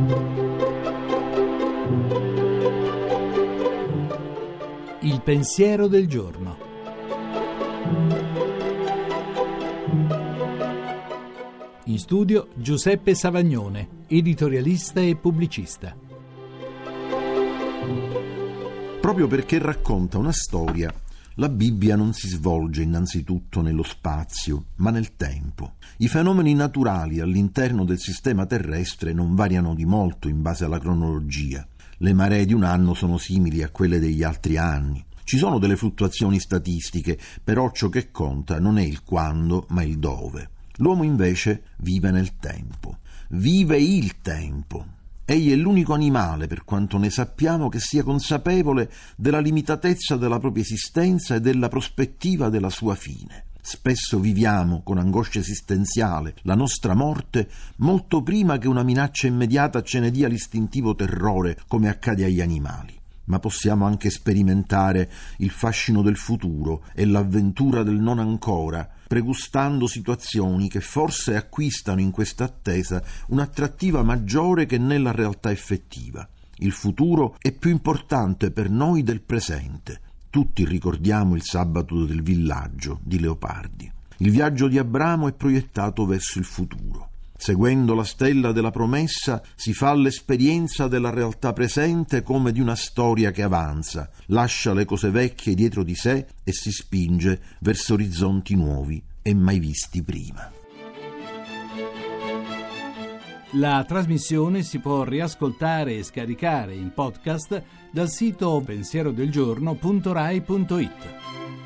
Il pensiero del giorno. In studio Giuseppe Savagnone, editorialista e pubblicista. Proprio perché racconta una storia, la Bibbia non si svolge innanzitutto nello spazio, ma nel tempo. I fenomeni naturali all'interno del sistema terrestre non variano di molto in base alla cronologia. Le maree di un anno sono simili a quelle degli altri anni. Ci sono delle fluttuazioni statistiche, però ciò che conta non è il quando, ma il dove. L'uomo invece vive nel tempo. Vive il tempo. Egli è l'unico animale, per quanto ne sappiamo, che sia consapevole della limitatezza della propria esistenza e della prospettiva della sua fine. Spesso viviamo con angoscia esistenziale la nostra morte molto prima che una minaccia immediata ce ne dia l'istintivo terrore, come accade agli animali. Ma possiamo anche sperimentare il fascino del futuro e l'avventura del non ancora, pregustando situazioni che forse acquistano in questa attesa un'attrattiva maggiore che nella realtà effettiva. Il futuro è più importante per noi del presente. Tutti ricordiamo il sabato del villaggio di Leopardi. Il viaggio di Abramo è proiettato verso il futuro. Seguendo la stella della promessa si fa l'esperienza della realtà presente come di una storia che avanza, lascia le cose vecchie dietro di sé e si spinge verso orizzonti nuovi e mai visti prima. La trasmissione si può riascoltare e scaricare in podcast dal sito pensierodelgiorno.rai.it.